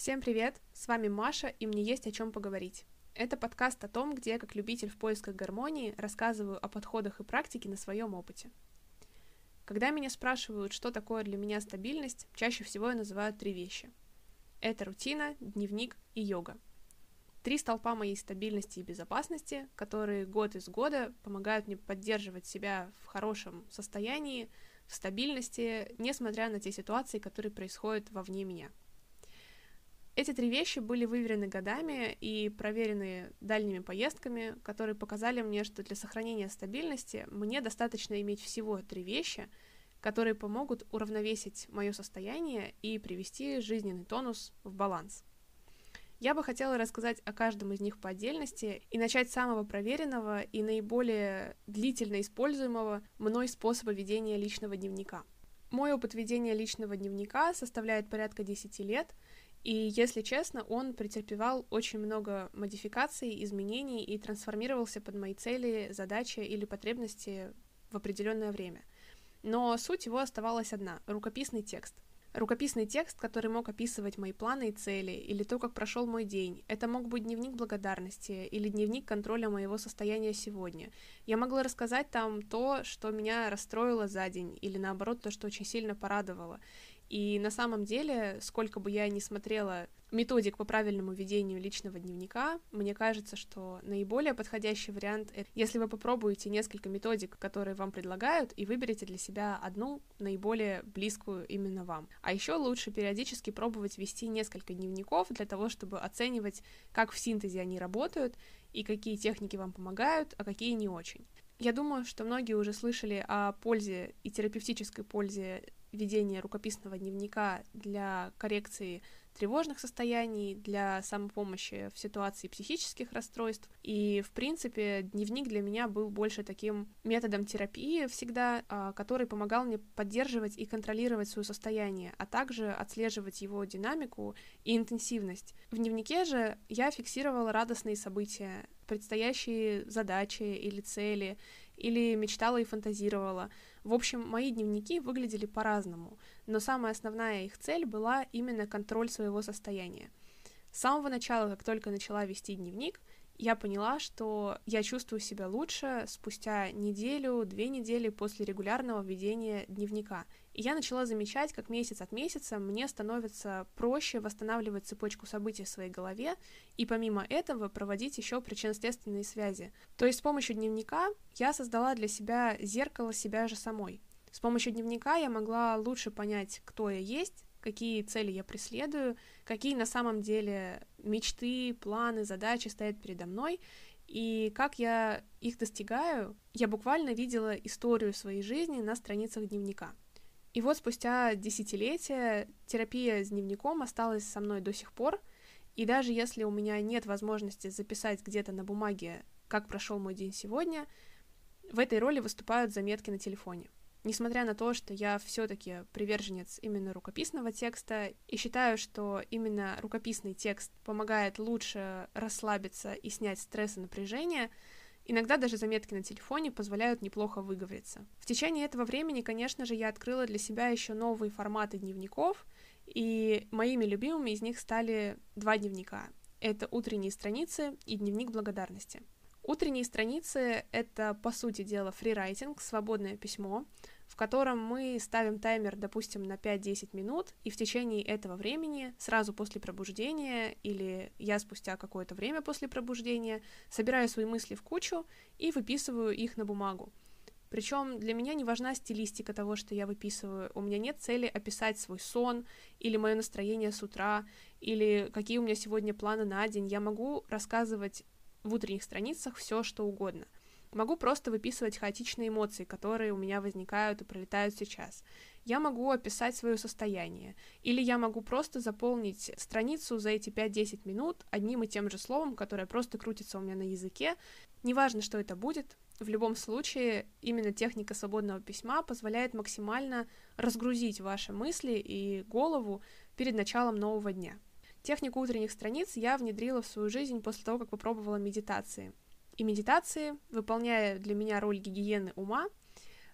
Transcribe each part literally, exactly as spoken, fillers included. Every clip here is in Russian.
Всем привет, с вами Маша, и мне есть о чем поговорить. Это подкаст о том, где я, как любитель в поисках гармонии, рассказываю о подходах и практике на своем опыте. Когда меня спрашивают, что такое для меня стабильность, чаще всего я называю три вещи. Это рутина, дневник и йога. Три столпа моей стабильности и безопасности, которые год из года помогают мне поддерживать себя в хорошем состоянии, в стабильности, несмотря на те ситуации, которые происходят вовне меня. Эти три вещи были выверены годами и проверены дальними поездками, которые показали мне, что для сохранения стабильности мне достаточно иметь всего три вещи, которые помогут уравновесить мое состояние и привести жизненный тонус в баланс. Я бы хотела рассказать о каждом из них по отдельности и начать с самого проверенного и наиболее длительно используемого мной способа ведения личного дневника. Мой опыт ведения личного дневника составляет порядка десять лет, и, если честно, он претерпевал очень много модификаций, изменений и трансформировался под мои цели, задачи или потребности в определенное время. Но суть его оставалась одна — рукописный текст. Рукописный текст, который мог описывать мои планы и цели, или то, как прошел мой день. Это мог быть дневник благодарности или дневник контроля моего состояния сегодня. Я могла рассказать там то, что меня расстроило за день, или наоборот, то, что очень сильно порадовало. И на самом деле, сколько бы я ни смотрела методик по правильному ведению личного дневника, мне кажется, что наиболее подходящий вариант — это если вы попробуете несколько методик, которые вам предлагают, и выберете для себя одну, наиболее близкую именно вам. А еще лучше периодически пробовать вести несколько дневников для того, чтобы оценивать, как в синтезе они работают, и какие техники вам помогают, а какие не очень. Я думаю, что многие уже слышали о пользе и терапевтической пользе ведения рукописного дневника для коррекции тревожных состояний, для самопомощи в ситуации психических расстройств. И, в принципе, дневник для меня был больше таким методом терапии всегда, который помогал мне поддерживать и контролировать свое состояние, а также отслеживать его динамику и интенсивность. В дневнике же я фиксировала радостные события, предстоящие задачи или цели, или мечтала и фантазировала. В общем, мои дневники выглядели по-разному, но самая основная их цель была именно контроль своего состояния. С самого начала, как только начала вести дневник, я поняла, что я чувствую себя лучше спустя неделю, две недели после регулярного ведения дневника. И я начала замечать, как месяц от месяца мне становится проще восстанавливать цепочку событий в своей голове и помимо этого проводить еще причинно-следственные связи. То есть с помощью дневника я создала для себя зеркало себя же самой. С помощью дневника я могла лучше понять, кто я есть, какие цели я преследую, какие на самом деле мечты, планы, задачи стоят передо мной, и как я их достигаю. Я буквально видела историю своей жизни на страницах дневника. И вот спустя десятилетия терапия с дневником осталась со мной до сих пор, и даже если у меня нет возможности записать где-то на бумаге, как прошел мой день сегодня, в этой роли выступают заметки на телефоне. Несмотря на то, что я все-таки приверженец именно рукописного текста и считаю, что именно рукописный текст помогает лучше расслабиться и снять стресс и напряжение, иногда даже заметки на телефоне позволяют неплохо выговориться. В течение этого времени, конечно же, я открыла для себя еще новые форматы дневников, и моими любимыми из них стали два дневника. Это утренние страницы и дневник благодарности. Утренние страницы — это, по сути дела, фрирайтинг, свободное письмо, в котором мы ставим таймер, допустим, на пять-десять минут, и в течение этого времени, сразу после пробуждения, или я спустя какое-то время после пробуждения, собираю свои мысли в кучу и выписываю их на бумагу. Причем для меня не важна стилистика того, что я выписываю. У меня нет цели описать свой сон, или мое настроение с утра, или какие у меня сегодня планы на день. Я могу рассказывать в утренних страницах все, что угодно. Могу просто выписывать хаотичные эмоции, которые у меня возникают и пролетают сейчас. Я могу описать свое состояние. Или я могу просто заполнить страницу за эти пять-десять минут одним и тем же словом, которое просто крутится у меня на языке. Неважно, что это будет. В любом случае, именно техника свободного письма позволяет максимально разгрузить ваши мысли и голову перед началом нового дня. Технику утренних страниц я внедрила в свою жизнь после того, как попробовала медитации. И медитации, выполняя для меня роль гигиены ума,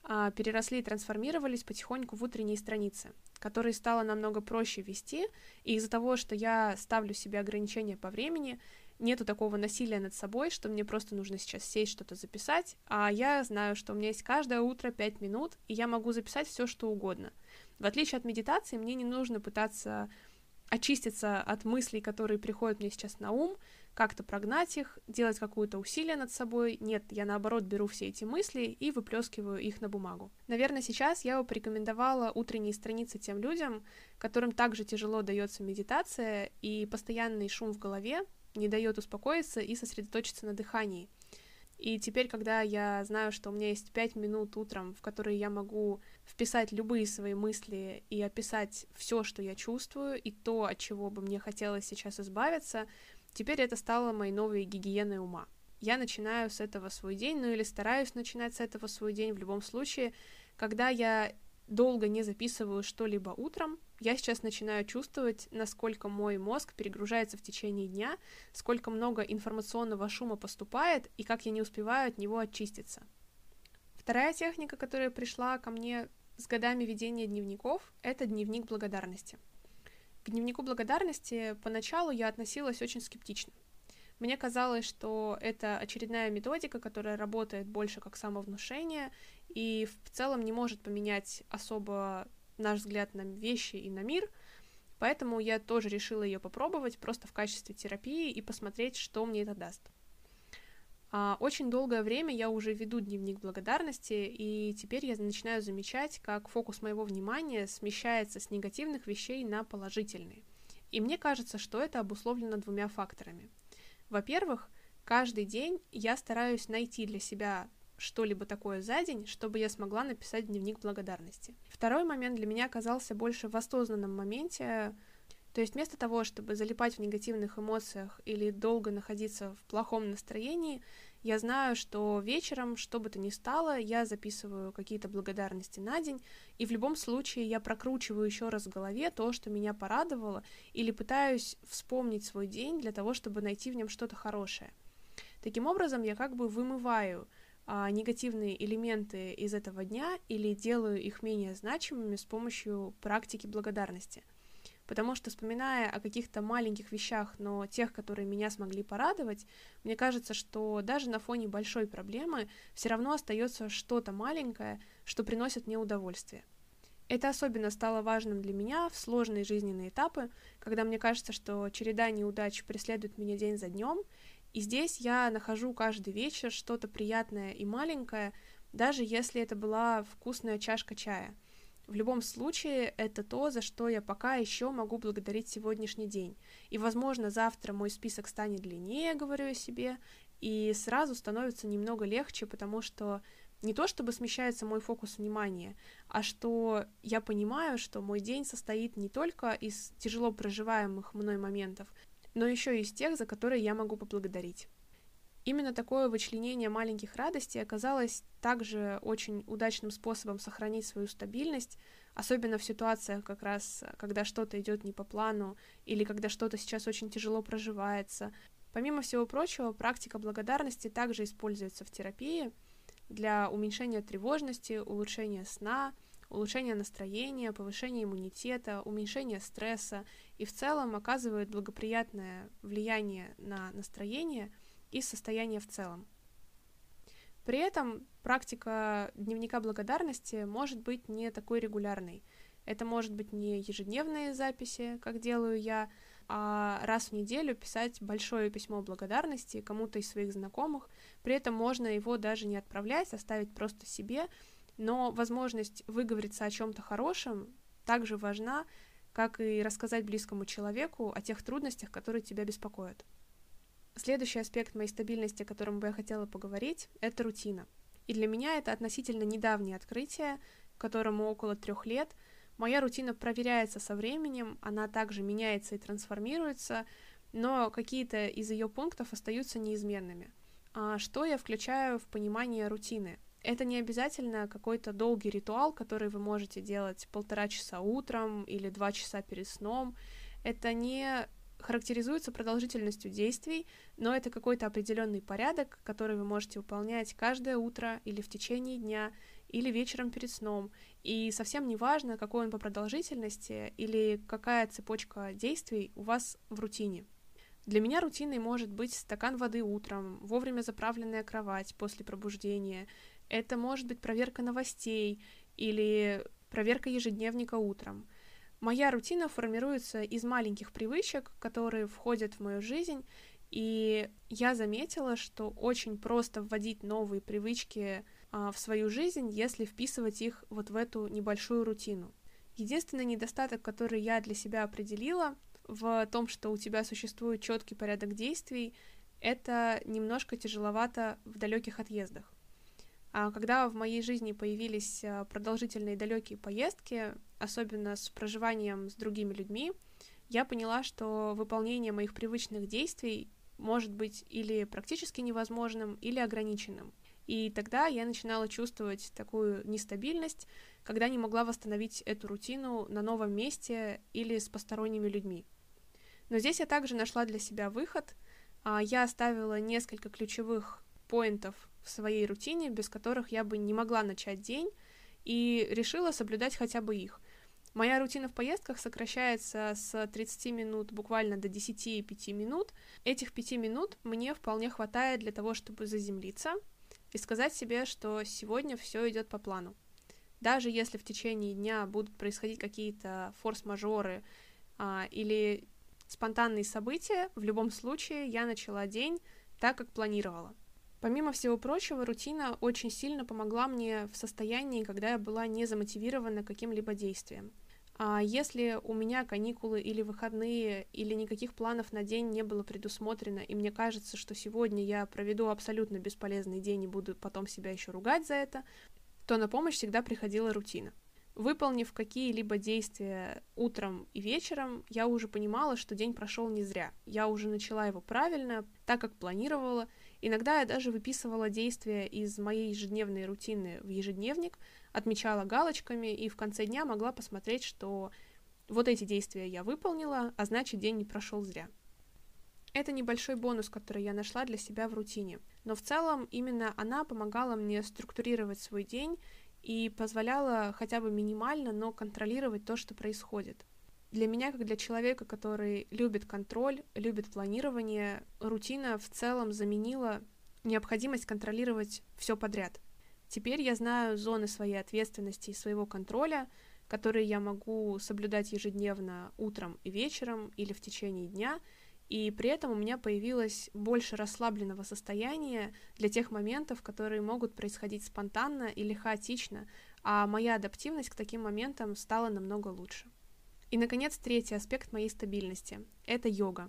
а, переросли и трансформировались потихоньку в утренние страницы, которые стало намного проще вести, и из-за того, что я ставлю себе ограничения по времени, нету такого насилия над собой, что мне просто нужно сейчас сесть, что-то записать, а я знаю, что у меня есть каждое утро пять минут, и я могу записать все, что угодно. В отличие от медитации, мне не нужно пытаться очиститься от мыслей, которые приходят мне сейчас на ум, как-то прогнать их, делать какое-то усилие над собой. Нет, я наоборот беру все эти мысли и выплескиваю их на бумагу. Наверное, сейчас я бы порекомендовала утренние страницы тем людям, которым также тяжело дается медитация, и постоянный шум в голове не дает успокоиться и сосредоточиться на дыхании. И теперь, когда я знаю, что у меня есть пять минут утром, в которые я могу вписать любые свои мысли и описать все, что я чувствую, и то, от чего бы мне хотелось сейчас избавиться, теперь это стало моей новой гигиеной ума. Я начинаю с этого свой день, ну или стараюсь начинать с этого свой день в любом случае. Когда я долго не записываю что-либо утром, я сейчас начинаю чувствовать, насколько мой мозг перегружается в течение дня, сколько много информационного шума поступает и как я не успеваю от него очиститься. Вторая техника, которая пришла ко мне с годами ведения дневников, это дневник благодарности. К дневнику благодарности поначалу я относилась очень скептично. Мне казалось, что это очередная методика, которая работает больше как самовнушение и в целом не может поменять особо наш взгляд на вещи и на мир, поэтому я тоже решила ее попробовать просто в качестве терапии и посмотреть, что мне это даст. А, очень долгое время я уже веду дневник благодарности, и теперь я начинаю замечать, как фокус моего внимания смещается с негативных вещей на положительные. И мне кажется, что это обусловлено двумя факторами. Во-первых, каждый день я стараюсь найти для себя что-либо такое за день, чтобы я смогла написать дневник благодарности. Второй момент для меня оказался больше в осознанном моменте, то есть вместо того, чтобы залипать в негативных эмоциях или долго находиться в плохом настроении, я знаю, что вечером, что бы то ни стало, я записываю какие-то благодарности на день, и в любом случае я прокручиваю еще раз в голове то, что меня порадовало, или пытаюсь вспомнить свой день для того, чтобы найти в нем что-то хорошее. Таким образом, я как бы вымываю а, негативные элементы из этого дня или делаю их менее значимыми с помощью практики благодарности. Потому что, вспоминая о каких-то маленьких вещах, но тех, которые меня смогли порадовать, мне кажется, что даже на фоне большой проблемы все равно остается что-то маленькое, что приносит мне удовольствие. Это особенно стало важным для меня в сложные жизненные этапы, когда мне кажется, что череда неудач преследует меня день за днем, и здесь я нахожу каждый вечер что-то приятное и маленькое, даже если это была вкусная чашка чая. В любом случае, это то, за что я пока еще могу благодарить сегодняшний день. И, возможно, завтра мой список станет длиннее, говорю я себе, и сразу становится немного легче, потому что не то чтобы смещается мой фокус внимания, а что я понимаю, что мой день состоит не только из тяжело проживаемых мной моментов, но еще и из тех, за которые я могу поблагодарить. Именно такое вычленение маленьких радостей оказалось также очень удачным способом сохранить свою стабильность, особенно в ситуациях как раз, когда что-то идет не по плану или когда что-то сейчас очень тяжело проживается. Помимо всего прочего, практика благодарности также используется в терапии для уменьшения тревожности, улучшения сна, улучшения настроения, повышения иммунитета, уменьшения стресса и в целом оказывает благоприятное влияние на настроение и состояние в целом. При этом практика дневника благодарности может быть не такой регулярной. Это может быть не ежедневные записи, как делаю я, а раз в неделю писать большое письмо благодарности кому-то из своих знакомых. При этом можно его даже не отправлять, оставить просто себе, но возможность выговориться о чем-то хорошем также важна, как и рассказать близкому человеку о тех трудностях, которые тебя беспокоят. Следующий аспект моей стабильности, о котором бы я хотела поговорить, это рутина. И для меня это относительно недавнее открытие, которому около трех лет. Моя рутина проверяется со временем, она также меняется и трансформируется, но какие-то из ее пунктов остаются неизменными. А что я включаю в понимание рутины? Это не обязательно какой-то долгий ритуал, который вы можете делать полтора часа утром или два часа перед сном. Это не характеризуется продолжительностью действий, но это какой-то определенный порядок, который вы можете выполнять каждое утро или в течение дня, или вечером перед сном. И совсем не важно, какой он по продолжительности или какая цепочка действий у вас в рутине. Для меня рутиной может быть стакан воды утром, вовремя заправленная кровать после пробуждения. Это может быть проверка новостей или проверка ежедневника утром. Моя рутина формируется из маленьких привычек, которые входят в мою жизнь, и я заметила, что очень просто вводить новые привычки а, в свою жизнь, если вписывать их вот в эту небольшую рутину. Единственный недостаток, который я для себя определила в том, что у тебя существует четкий порядок действий, это немножко тяжеловато в далеких отъездах. А когда в моей жизни появились продолжительные далекие поездки, особенно с проживанием с другими людьми, я поняла, что выполнение моих привычных действий может быть или практически невозможным, или ограниченным. И тогда я начинала чувствовать такую нестабильность, когда не могла восстановить эту рутину на новом месте или с посторонними людьми. Но здесь я также нашла для себя выход. Я оставила несколько ключевых поинтов в своей рутине, без которых я бы не могла начать день, и решила соблюдать хотя бы их. Моя рутина в поездках сокращается с тридцати минут буквально до десяти пяти минут. Этих пяти минут мне вполне хватает для того, чтобы заземлиться и сказать себе, что сегодня все идет по плану. Даже если в течение дня будут происходить какие-то форс-мажоры а, или спонтанные события, в любом случае я начала день так, как планировала. Помимо всего прочего, рутина очень сильно помогла мне в состоянии, когда я была не замотивирована каким-либо действием. А если у меня каникулы или выходные, или никаких планов на день не было предусмотрено, и мне кажется, что сегодня я проведу абсолютно бесполезный день и буду потом себя еще ругать за это, то на помощь всегда приходила рутина. Выполнив какие-либо действия утром и вечером, я уже понимала, что день прошел не зря. Я уже начала его правильно, так как планировала. Иногда я даже выписывала действия из моей ежедневной рутины в ежедневник, отмечала галочками и в конце дня могла посмотреть, что вот эти действия я выполнила, а значит, день не прошел зря. Это небольшой бонус, который я нашла для себя в рутине. Но в целом именно она помогала мне структурировать свой день и позволяла хотя бы минимально, но контролировать то, что происходит. Для меня, как для человека, который любит контроль, любит планирование, рутина в целом заменила необходимость контролировать все подряд. Теперь я знаю зоны своей ответственности и своего контроля, которые я могу соблюдать ежедневно утром и вечером или в течение дня, и при этом у меня появилось больше расслабленного состояния для тех моментов, которые могут происходить спонтанно или хаотично, а моя адаптивность к таким моментам стала намного лучше. И, наконец, третий аспект моей стабильности — это йога.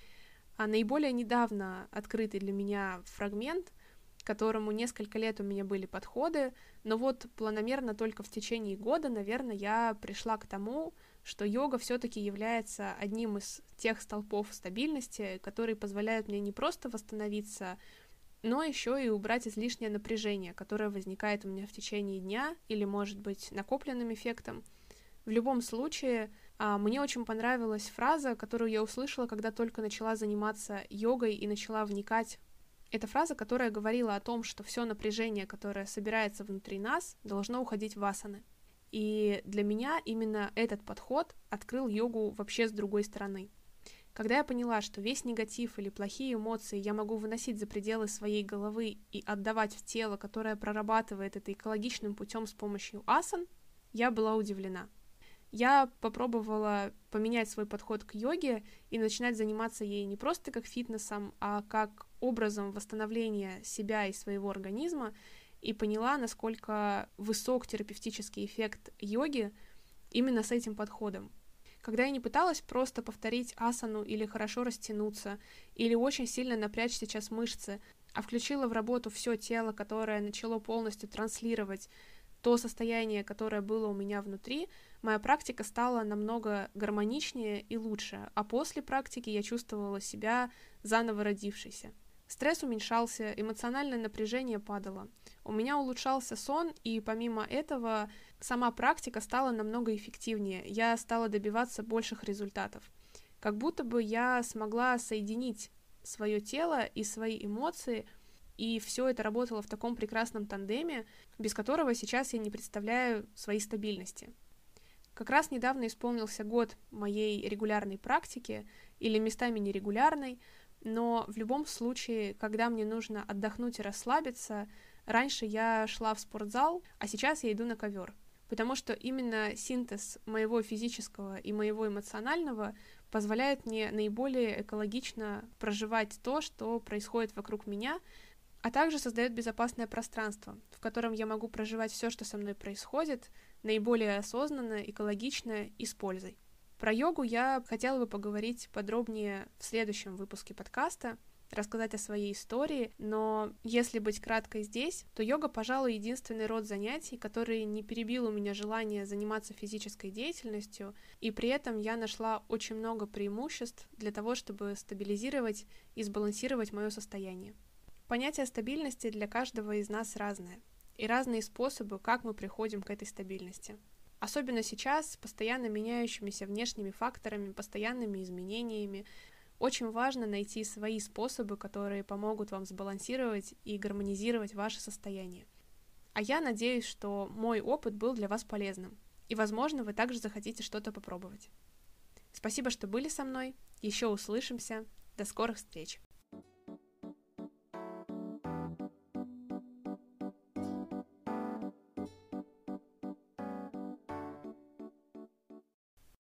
А наиболее недавно открытый для меня фрагмент, к которому несколько лет у меня были подходы, но вот планомерно только в течение года, наверное, я пришла к тому, что йога все-таки является одним из тех столпов стабильности, которые позволяют мне не просто восстановиться, но еще и убрать излишнее напряжение, которое возникает у меня в течение дня или, может быть, накопленным эффектом. В любом случае, мне очень понравилась фраза, которую я услышала, когда только начала заниматься йогой и начала вникать. Это фраза, которая говорила о том, что все напряжение, которое собирается внутри нас, должно уходить в асаны. И для меня именно этот подход открыл йогу вообще с другой стороны. Когда я поняла, что весь негатив или плохие эмоции я могу выносить за пределы своей головы и отдавать в тело, которое прорабатывает это экологичным путем с помощью асан, я была удивлена. Я попробовала поменять свой подход к йоге и начинать заниматься ей не просто как фитнесом, а как образом восстановления себя и своего организма, и поняла, насколько высок терапевтический эффект йоги именно с этим подходом. Когда я не пыталась просто повторить асану или хорошо растянуться, или очень сильно напрячь сейчас мышцы, а включила в работу все тело, которое начало полностью транслировать то состояние, которое было у меня внутри, моя практика стала намного гармоничнее и лучше, а после практики я чувствовала себя заново родившейся. Стресс уменьшался, эмоциональное напряжение падало. У меня улучшался сон, и помимо этого сама практика стала намного эффективнее. Я стала добиваться больших результатов. Как будто бы я смогла соединить свое тело и свои эмоции и все это работало в таком прекрасном тандеме, без которого сейчас я не представляю своей стабильности. Как раз недавно исполнился год моей регулярной практики, или местами нерегулярной, но в любом случае, когда мне нужно отдохнуть и расслабиться, раньше я шла в спортзал, а сейчас я иду на ковер. Потому что именно синтез моего физического и моего эмоционального позволяет мне наиболее экологично проживать то, что происходит вокруг меня, а также создает безопасное пространство, в котором я могу проживать все, что со мной происходит, наиболее осознанно, экологично и с пользой. Про йогу я хотела бы поговорить подробнее в следующем выпуске подкаста, рассказать о своей истории, но если быть краткой здесь, то йога, пожалуй, единственный род занятий, который не перебил у меня желание заниматься физической деятельностью, и при этом я нашла очень много преимуществ для того, чтобы стабилизировать и сбалансировать мое состояние. Понятие стабильности для каждого из нас разное, и разные способы, как мы приходим к этой стабильности. Особенно сейчас, с постоянно меняющимися внешними факторами, постоянными изменениями, очень важно найти свои способы, которые помогут вам сбалансировать и гармонизировать ваше состояние. А я надеюсь, что мой опыт был для вас полезным, и, возможно, вы также захотите что-то попробовать. Спасибо, что были со мной. Еще услышимся. До скорых встреч!